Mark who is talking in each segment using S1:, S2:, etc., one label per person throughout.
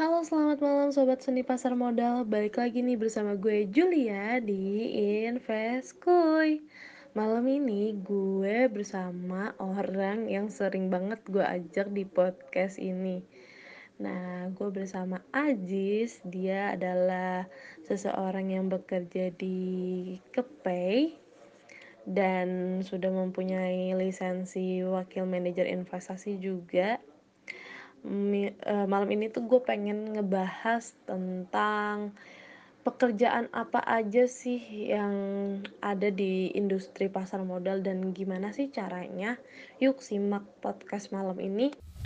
S1: Halo, selamat malam Sobat Seni Pasar Modal. Balik lagi nih bersama gue Julia di Invest Kuy. Malam ini gue bersama orang yang sering banget gue ajak di podcast ini. Nah, gue bersama Ajis. Dia adalah seseorang yang bekerja di Kepay dan sudah mempunyai lisensi wakil manajer investasi juga. Malam ini tuh gue pengen ngebahas tentang pekerjaan apa aja sih yang ada di industri pasar modal dan gimana sih caranya. Yuk simak podcast malam ini.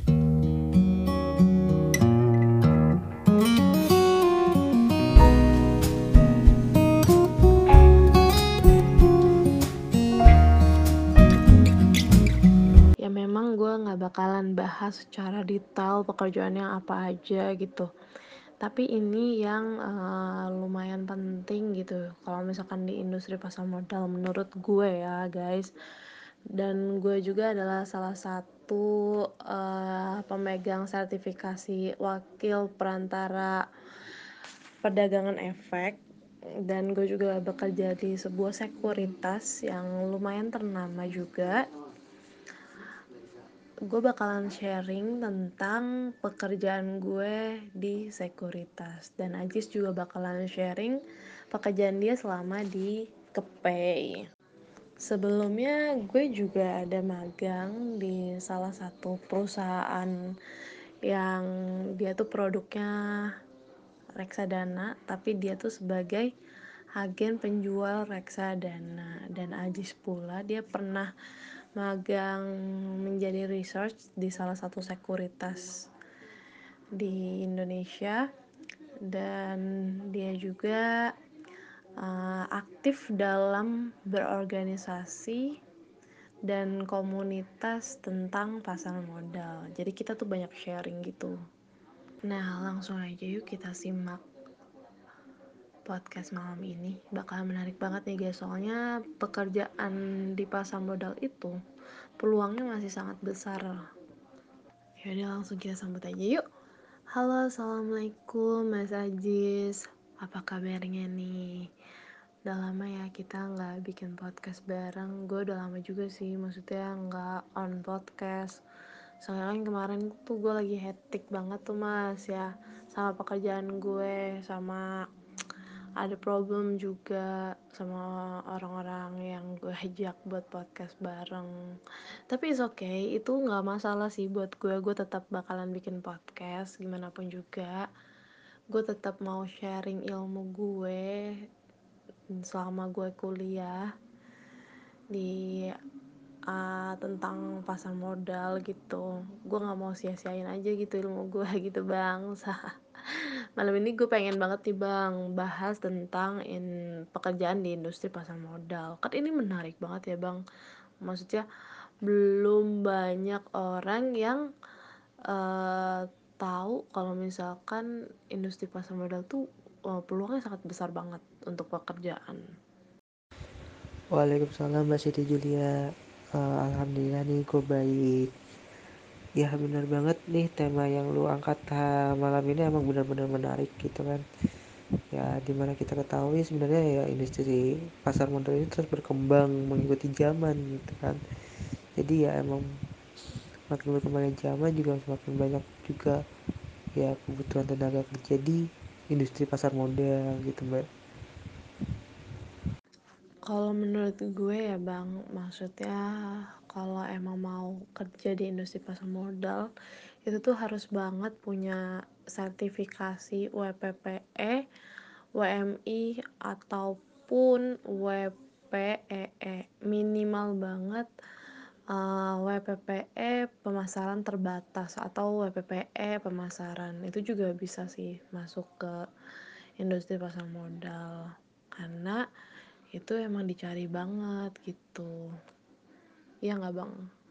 S1: Ya memang gue gak bakalan bahas secara detail pekerjaannya apa aja gitu, tapi ini yang lumayan penting gitu kalau misalkan di industri pasar modal menurut gue ya guys. Dan gue juga adalah salah satu pemegang sertifikasi wakil perantara perdagangan efek, dan gue juga bekerja di sebuah sekuritas yang lumayan ternama juga. Gue bakalan sharing tentang pekerjaan gue di sekuritas, dan Ajis juga bakalan sharing pekerjaan dia selama di Kepay. Sebelumnya gue juga ada magang di salah satu perusahaan yang dia tuh produknya reksadana, tapi dia tuh sebagai agen penjual reksadana. Dan Ajis pula dia pernah magang menjadi research di salah satu sekuritas di Indonesia, dan dia juga aktif dalam berorganisasi dan komunitas tentang pasar modal. Jadi kita tuh banyak sharing gitu. Nah, langsung aja yuk kita simak podcast malam ini. Bakalan menarik banget nih guys, soalnya pekerjaan di pasar modal itu peluangnya masih sangat besar. Yaudah langsung kita sambut aja yuk. Halo, assalamualaikum Mas Ajis. Apa kabarnya nih? Udah lama ya kita nggak bikin podcast bareng. Gue udah lama juga sih, maksudnya nggak on podcast. Soalnya kan kemarin tuh gue lagi hectic banget tuh mas ya, sama pekerjaan gue, sama ada problem juga sama orang-orang yang gue ajak buat podcast bareng. Tapi it's okay, itu nggak masalah sih buat gue tetap bakalan bikin podcast gimana pun juga. Gue tetap mau sharing ilmu gue selama gue kuliah di tentang pasar modal gitu. Gue nggak mau sia-siain aja gitu ilmu gue gitu bang. Malam ini gue pengen banget nih bang bahas tentang pekerjaan di industri pasar modal. Kan ini menarik banget ya bang, maksudnya belum banyak orang yang tahu kalau misalkan industri pasar modal tuh peluangnya sangat besar banget untuk pekerjaan.
S2: Waalaikumsalam Mbak Siti Julia. Alhamdulillah nih gue baik. Ya benar banget nih tema yang lu angkat malam ini emang benar-benar menarik gitu kan. Ya dimana kita ketahui sebenarnya ya industri pasar modal ini terus berkembang mengikuti zaman gitu kan. Jadi ya emang makin berkembangnya zaman juga semakin banyak juga ya kebutuhan tenaga kerja di industri pasar modal gitu Mbak.
S1: Kalau menurut gue ya bang, maksudnya kalau emang mau kerja di industri pasar modal itu tuh harus banget punya sertifikasi WPPE, WMI ataupun WPEE, minimal banget WPPE pemasaran terbatas atau WPPE pemasaran. Itu juga bisa sih masuk ke industri pasar modal, karena itu emang dicari banget gitu. Iya nggak bang?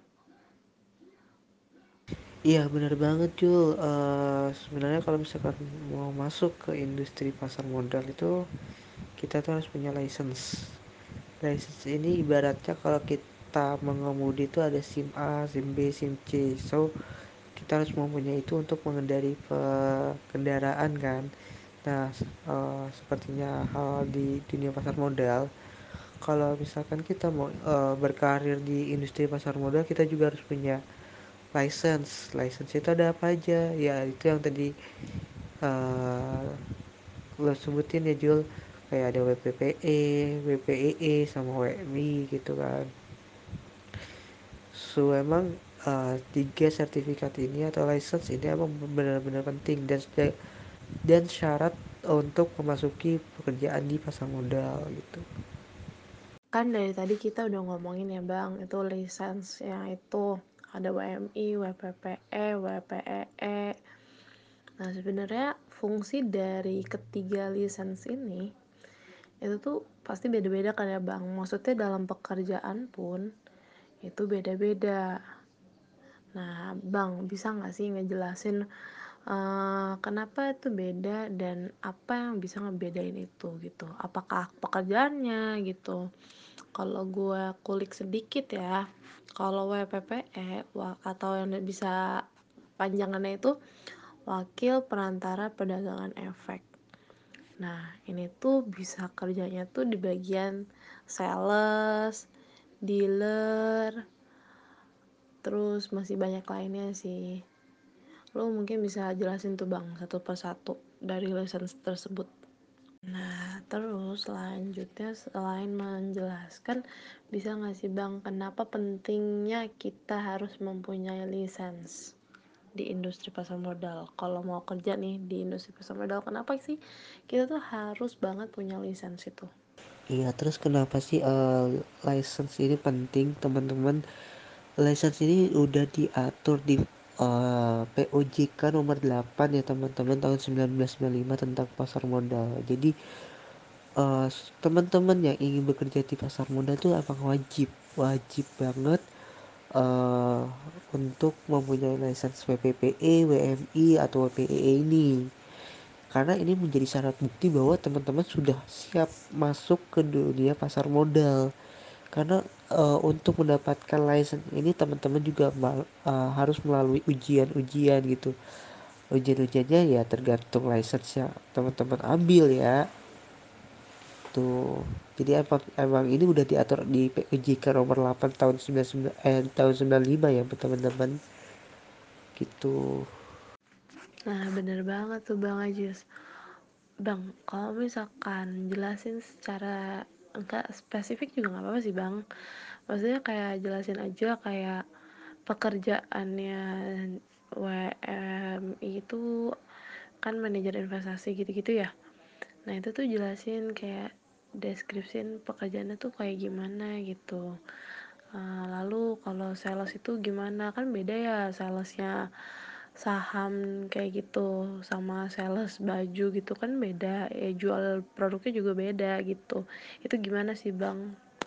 S2: Iya benar banget Jul. Sebenarnya kalau misalkan mau masuk ke industri pasar modal itu kita tuh harus punya license. License ini ibaratnya kalau kita mengemudi itu ada SIM A, SIM B, SIM C. So kita harus mempunyai itu untuk mengendari kendaraan kan. Nah, sepertinya hal di dunia pasar modal, kalau misalkan kita mau berkarir di industri pasar modal, kita juga harus punya license. License itu ada apa aja? Ya itu yang tadi uh, lo sebutin ya Jul, kayak ada WPPE, WPEE sama WMI gitu kan. So emang tiga sertifikat ini atau license ini emang benar-benar penting dan syarat untuk memasuki pekerjaan di pasar modal gitu.
S1: Kan dari tadi kita udah ngomongin ya Bang, itu lisensi yang itu ada WMI, WPPE, WPEE. Nah, sebenarnya fungsi dari ketiga lisensi ini itu tuh pasti beda-beda kan ya Bang. Maksudnya dalam pekerjaan pun itu beda-beda. Nah, Bang, bisa nggak sih ngejelasin kenapa itu beda dan apa yang bisa ngebedain itu gitu? Apakah pekerjaannya gitu? Kalau gue kulik sedikit ya, kalau WPPE atau yang bisa panjangannya itu wakil perantara perdagangan efek. Nah, ini tuh bisa kerjanya tuh di bagian sales, dealer, terus masih banyak lainnya sih. Lo mungkin bisa jelasin tuh Bang satu persatu dari license tersebut. Nah, terus selanjutnya selain menjelaskan, bisa nggak sih Bang kenapa pentingnya kita harus mempunyai license di industri pasar modal? Kalau mau kerja nih di industri pasar modal, kenapa sih kita tuh harus banget punya license itu?
S2: Iya, terus kenapa sih license ini penting, teman-teman? License ini udah diatur di POJK nomor 8 ya teman-teman, tahun 1995 tentang pasar modal. Jadi uh, teman-teman yang ingin bekerja di pasar modal itu emang wajib banget uh, untuk mempunyai license WPPE, WMI atau WPEE ini. Karena ini menjadi syarat bukti bahwa teman-teman sudah siap masuk ke dunia pasar modal. Karena untuk mendapatkan license ini teman-teman juga harus melalui ujian-ujian gitu. Ujian-ujiannya ya tergantung license yang teman-teman ambil ya. Tuh. Jadi emang ini udah diatur di PUJK nomor 8 tahun 99 tahun 95 ya teman-teman. Gitu.
S1: Nah, bener banget tuh Bang Ajis. Bang, kalau misalkan jelasin secara enggak spesifik juga nggak apa-apa sih Bang. Maksudnya kayak jelasin aja kayak pekerjaannya WMI itu kan manajer investasi gitu-gitu ya. Nah itu tuh jelasin kayak deskripsiin pekerjaannya tuh kayak gimana gitu. Lalu kalau sales itu gimana, kan beda ya salesnya saham kayak gitu sama sales baju gitu kan beda ya, jual produknya juga beda gitu. Itu gimana sih Bang?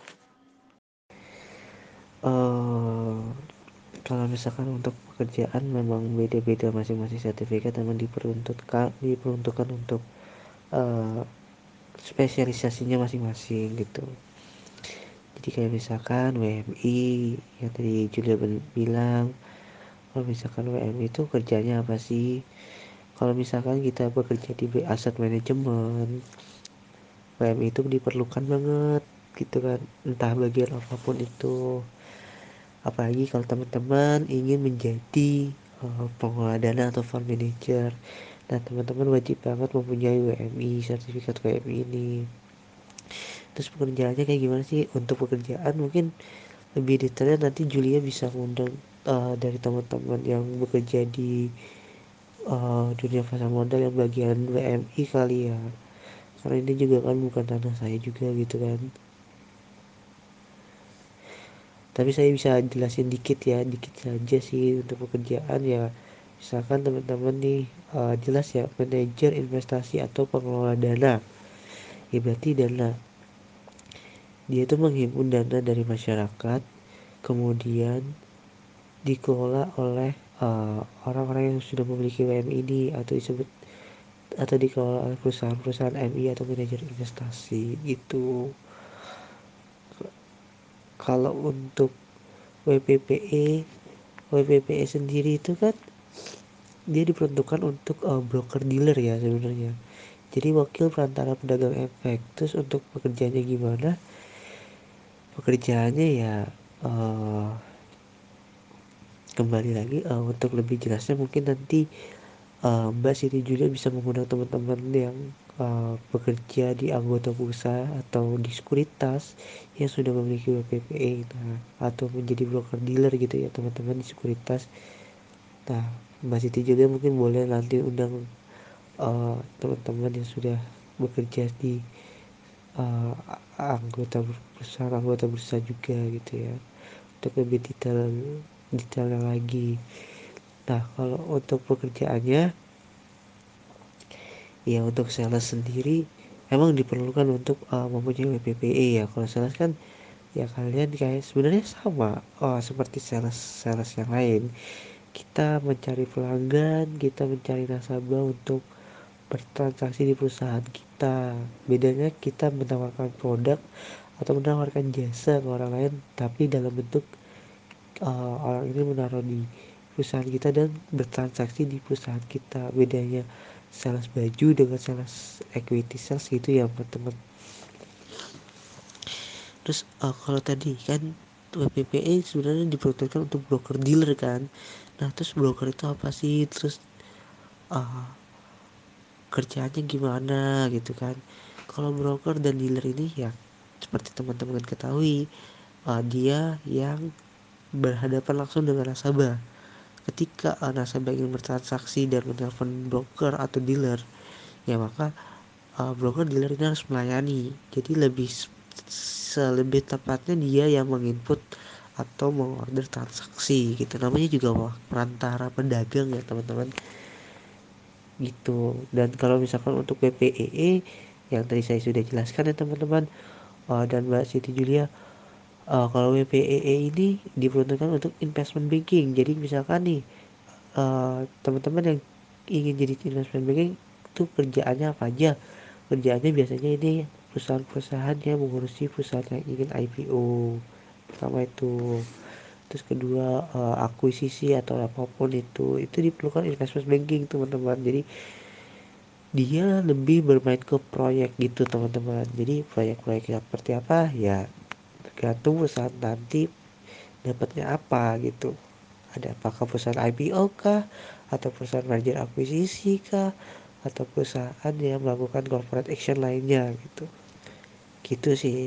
S2: eh Kalau misalkan untuk pekerjaan memang beda-beda, masing-masing sertifikat memang diperuntukkan untuk eh, spesialisasinya masing-masing gitu. Jadi kayak misalkan WMI yang tadi Julia bilang, kalau misalkan WMI itu kerjanya apa sih? Kalau misalkan kita bekerja di aset manajemen, WMI itu diperlukan banget gitu kan, entah bagian apapun itu. Apalagi kalau teman-teman ingin menjadi pengelola dana atau fund manager. Nah, teman-teman wajib banget mempunyai WMI, sertifikat WMI ini. Terus pekerjaannya kayak gimana sih? Untuk pekerjaan mungkin lebih detailnya nanti Julia bisa ngundang dari teman-teman yang bekerja di dunia pasar modal yang bagian WMI kali ya. Karena ini juga kan bukan tanah saya juga gitu kan. Tapi saya bisa jelasin dikit ya, dikit saja sih untuk pekerjaan ya. Misalkan teman-teman nih jelas ya, manajer investasi atau pengelola dana. Ya berarti dana, dia itu menghimpun dana dari masyarakat, kemudian dikelola oleh orang-orang yang sudah memiliki WM ini, atau disebut atau dikelola oleh perusahaan-perusahaan MI atau manajer investasi gitu. Kalau untuk WPPE WPPE sendiri itu kan dia diperuntukkan untuk broker dealer ya sebenarnya. Jadi wakil perantara pedagang efek. Terus untuk pekerjaannya gimana? Pekerjaannya ya uh, kembali lagi untuk lebih jelasnya mungkin nanti Mbak Siti juga bisa mengundang teman-teman yang bekerja di anggota bursa atau di sekuritas yang sudah memiliki WPPE, nah, atau menjadi broker dealer gitu ya teman-teman di sekuritas. Nah, Mbak Siti juga mungkin boleh nanti undang teman-teman yang sudah bekerja di uh, anggota perusahaan anggota bursa juga gitu ya untuk lebih detailnya lagi. Nah, kalau untuk pekerjaannya ya untuk sales sendiri emang diperlukan untuk mempunyai WPPE ya. Kalau sales kan ya kalian kayak sebenarnya sama seperti sales sales yang lain. Kita mencari pelanggan, kita mencari nasabah untuk bertransaksi di perusahaan kita. Bedanya kita menawarkan produk atau menawarkan jasa ke orang lain tapi dalam bentuk orang ini menaruh di perusahaan kita dan bertransaksi di perusahaan kita. Bedanya sales baju dengan sales equity sales gitu ya teman-teman. Terus kalau tadi kan WPPE sebenarnya diperuntukkan untuk broker dealer kan. Nah terus broker itu apa sih, terus uh, kerjaannya gimana gitu kan. Kalau broker dan dealer ini ya seperti teman-teman ketahui, dia yang berhadapan langsung dengan nasabah. Ketika nasabah ingin bertransaksi dan menelpon broker atau dealer, ya maka broker dealer ini harus melayani. Jadi lebih tepatnya dia yang menginput atau mengorder transaksi gitu. Namanya juga perantara pedagang ya teman-teman gitu. Dan kalau misalkan untuk BPEE yang tadi saya sudah jelaskan ya teman-teman, dan Mbak Siti Julia, kalau WPEE ini diperuntukkan untuk investment banking. Jadi misalkan nih teman-teman yang ingin jadi investment banking itu kerjaannya apa aja. Kerjaannya biasanya ini perusahaan-perusahaan yang mengurusi perusahaan yang ingin IPO. Pertama itu. Terus kedua akuisisi atau apapun itu diperlukan investment banking teman-teman. Jadi dia lebih bermain ke proyek gitu teman-teman. Jadi proyek-proyek seperti apa ya tergantung perusahaan nanti dapatnya apa gitu. Ada apakah perusahaan IPO kah, atau perusahaan merger akuisisi kah, atau perusahaan yang melakukan corporate action lainnya gitu. Gitu sih.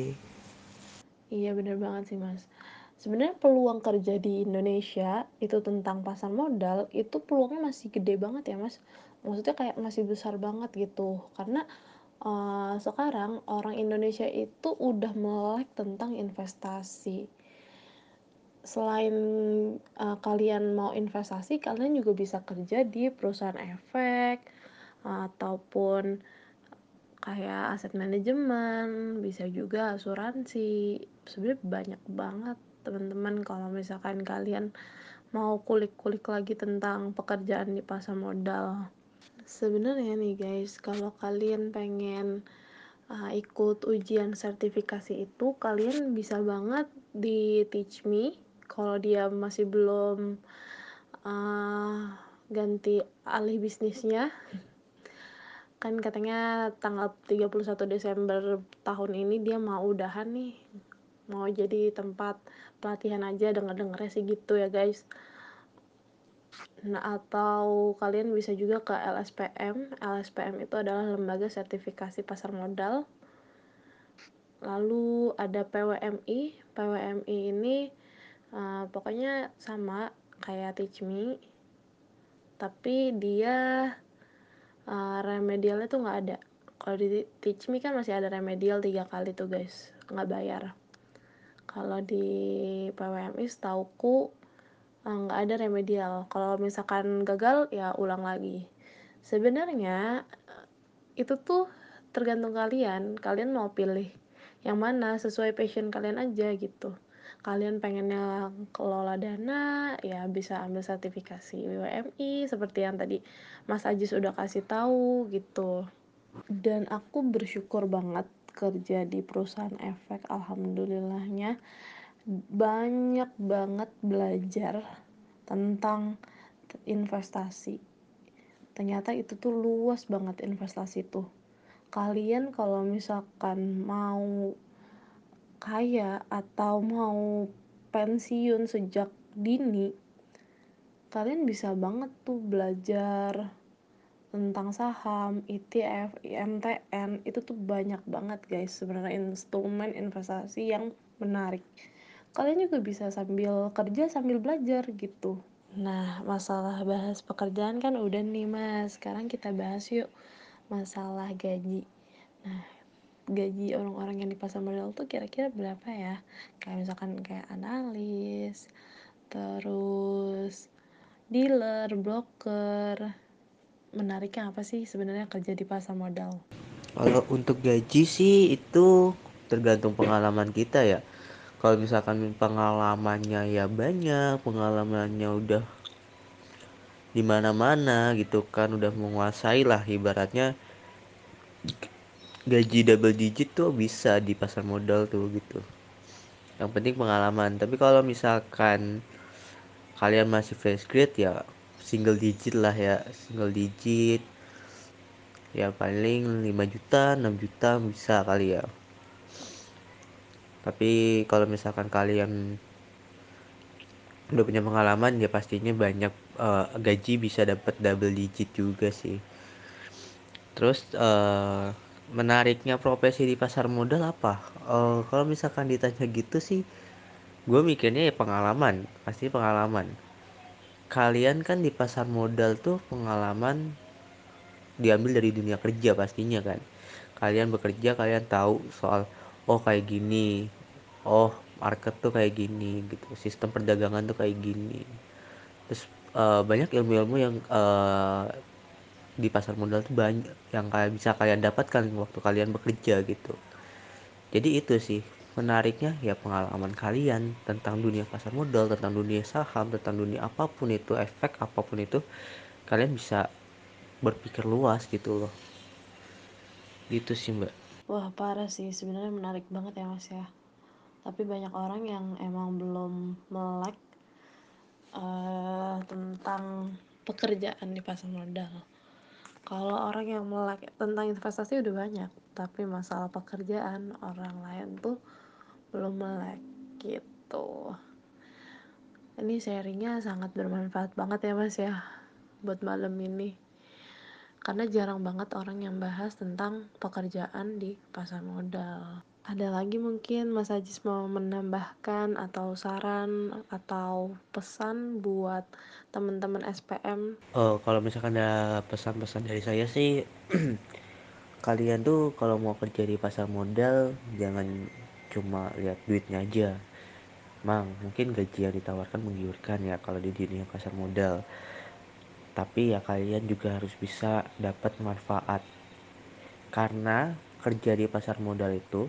S1: Iya bener banget sih Mas. Sebenarnya peluang kerja di Indonesia itu tentang pasar modal itu peluangnya masih gede banget ya Mas. Maksudnya kayak masih besar banget gitu. Karena sekarang orang Indonesia itu udah melek tentang investasi. Selain kalian mau investasi, kalian juga bisa kerja di perusahaan efek ataupun kayak aset manajemen, bisa juga asuransi. Sebenarnya banyak banget teman-teman kalau misalkan kalian mau kulik-kulik lagi tentang pekerjaan di pasar modal. Sebenarnya nih guys, kalau kalian pengen ikut ujian sertifikasi itu, kalian bisa banget di Teach Me kalau dia masih belum uh, ganti alih bisnisnya. Kan katanya tanggal 31 Desember tahun ini dia mau udahan nih, mau jadi tempat pelatihan aja, denger-dengernya sih gitu ya guys. Nah atau kalian bisa juga ke LSPM. LSPM itu adalah lembaga sertifikasi pasar modal. Lalu ada PWMI. PWMI ini pokoknya sama kayak Teach Me, tapi dia remedialnya tuh nggak ada. Kalau di Teach Me kan masih ada remedial 3 kali tuh guys, nggak bayar. Kalau di PWMI setauku nggak ada remedial. Kalau misalkan gagal ya ulang lagi. Sebenarnya itu tuh tergantung kalian. Kalian mau pilih yang mana sesuai passion kalian aja gitu. Kalian pengennya kelola dana ya bisa ambil sertifikasi WMI seperti yang tadi Mas Ajis udah kasih tahu gitu. Dan aku bersyukur banget kerja di perusahaan efek, alhamdulillahnya banyak banget belajar tentang investasi. Ternyata itu tuh luas banget investasi tuh. Kalian kalau misalkan mau kaya atau mau pensiun sejak dini, kalian bisa banget tuh belajar tentang saham, ETF, IMTN. Itu tuh banyak banget guys sebenarnya instrumen investasi yang menarik. Kalian juga bisa sambil kerja sambil belajar gitu. Nah, masalah bahas pekerjaan kan udah nih mas. Sekarang kita bahas yuk masalah gaji. Nah, gaji orang-orang yang di pasar modal tuh kira-kira berapa ya? Kayak misalkan kayak analis, terus dealer, broker. Menariknya apa sih sebenarnya kerja di pasar modal?
S2: Kalau untuk gaji sih itu tergantung pengalaman kita ya. Kalau misalkan pengalamannya ya banyak, pengalamannya udah di mana-mana gitu kan, udah menguasai lah ibaratnya, gaji double digit tuh bisa di pasar modal tuh gitu. Yang penting pengalaman. Tapi kalau misalkan kalian masih fresh grade ya single digit lah ya, single digit ya paling 5 juta 6 juta bisa kali ya. Tapi kalau misalkan kalian udah punya pengalaman ya pastinya banyak, gaji bisa dapat double digit juga sih. Terus menariknya profesi di pasar modal apa? Kalau misalkan ditanya gitu sih, gue mikirnya ya pengalaman, pasti pengalaman. Kalian kan di pasar modal tuh pengalaman diambil dari dunia kerja pastinya kan. Kalian bekerja, kalian tahu soal oh kayak gini, oh market tuh kayak gini gitu, sistem perdagangan tuh kayak gini. Terus banyak ilmu-ilmu yang di pasar modal tuh banyak yang kalian bisa kalian dapatkan waktu kalian bekerja gitu. Jadi itu sih menariknya ya pengalaman kalian tentang dunia pasar modal, tentang dunia saham, tentang dunia apapun itu, efek apapun itu, kalian bisa berpikir luas gitu loh. Gitu sih mbak.
S1: Wah parah sih, sebenarnya menarik banget ya mas ya. Tapi banyak orang yang emang belum melek tentang pekerjaan di pasar modal. Kalau orang yang melek tentang investasi udah banyak, tapi masalah pekerjaan orang lain tuh belum melek gitu. Ini sharingnya sangat bermanfaat banget ya mas ya buat malam ini, karena jarang banget orang yang bahas tentang pekerjaan di pasar modal. Ada lagi mungkin Mas Ajis mau menambahkan atau saran atau pesan buat teman-teman SPM?
S2: Oh, kalau misalkan ada pesan-pesan dari saya sih, kalian tuh kalau mau kerja di pasar modal jangan cuma lihat duitnya aja. Mang, mungkin gaji yang ditawarkan menggiurkan ya kalau di dunia pasar modal. Tapi ya kalian juga harus bisa dapat manfaat. Karena kerja di pasar modal itu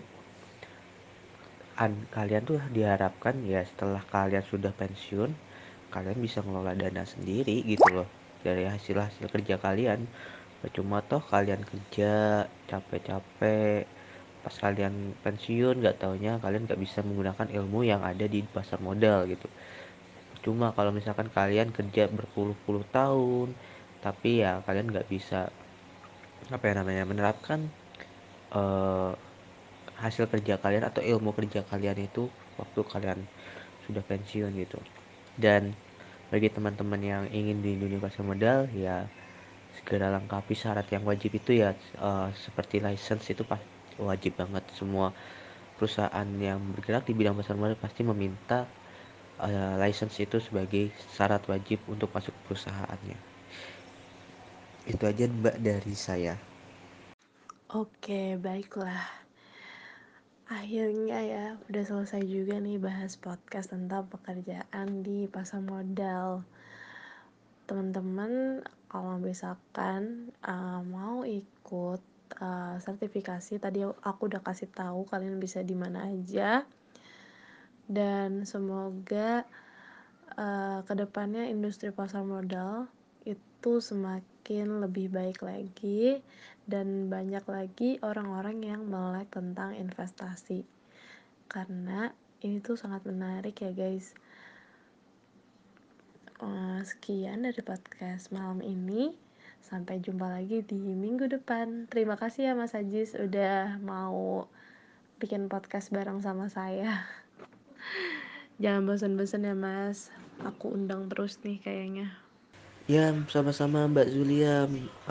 S2: kalian tuh diharapkan ya setelah kalian sudah pensiun, kalian bisa ngelola dana sendiri gitu loh dari hasil-hasil kerja kalian. Percuma toh kalian kerja capek-capek, pas kalian pensiun nggak taunya kalian nggak bisa menggunakan ilmu yang ada di pasar modal gitu. Cuma kalau misalkan kalian kerja berpuluh-puluh tahun tapi ya kalian nggak bisa apa ya namanya menerapkan eh, hasil kerja kalian atau ilmu kerja kalian itu waktu kalian sudah pensiun gitu. Dan bagi teman-teman yang ingin di dunia pasar modal ya segera lengkapi syarat yang wajib itu ya, seperti license itu wajib banget. Semua perusahaan yang bergerak di bidang pasar modal pasti meminta license itu sebagai syarat wajib untuk masuk ke perusahaannya. Itu aja mbak dari saya.
S1: Oke, baiklah. Akhirnya ya, udah selesai juga nih bahas podcast tentang pekerjaan di pasar modal. Teman-teman, kalau misalkan mau ikut sertifikasi, tadi aku udah kasih tahu kalian bisa di mana aja. Dan semoga kedepannya industri pasar modal itu semakin lebih baik lagi dan banyak lagi orang-orang yang melek tentang investasi, karena ini tuh sangat menarik ya guys. Sekian dari podcast malam ini, Sampai jumpa lagi di minggu depan. Terima kasih ya Mas Ajis udah mau bikin podcast bareng sama saya. Jangan bosan-bosan ya Mas. Aku undang terus nih kayaknya.
S2: Ya, sama-sama Mbak Zulia.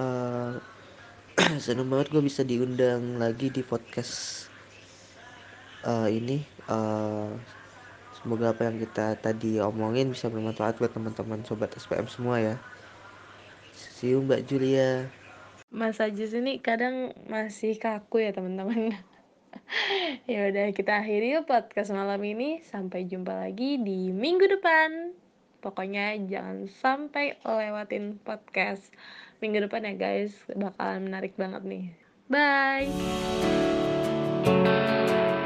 S2: Seneng banget gue bisa diundang lagi di podcast ini. Semoga apa yang kita tadi omongin bisa bermanfaat buat teman-teman sobat SPM semua ya. See you Mbak Julia.
S1: Mas Ajis ini kadang masih kaku ya teman-teman. Ya udah kita akhiri yuk podcast malam ini. Sampai jumpa lagi di minggu depan. Pokoknya jangan sampai lewatin podcast minggu depan ya guys. Bakalan menarik banget nih. Bye.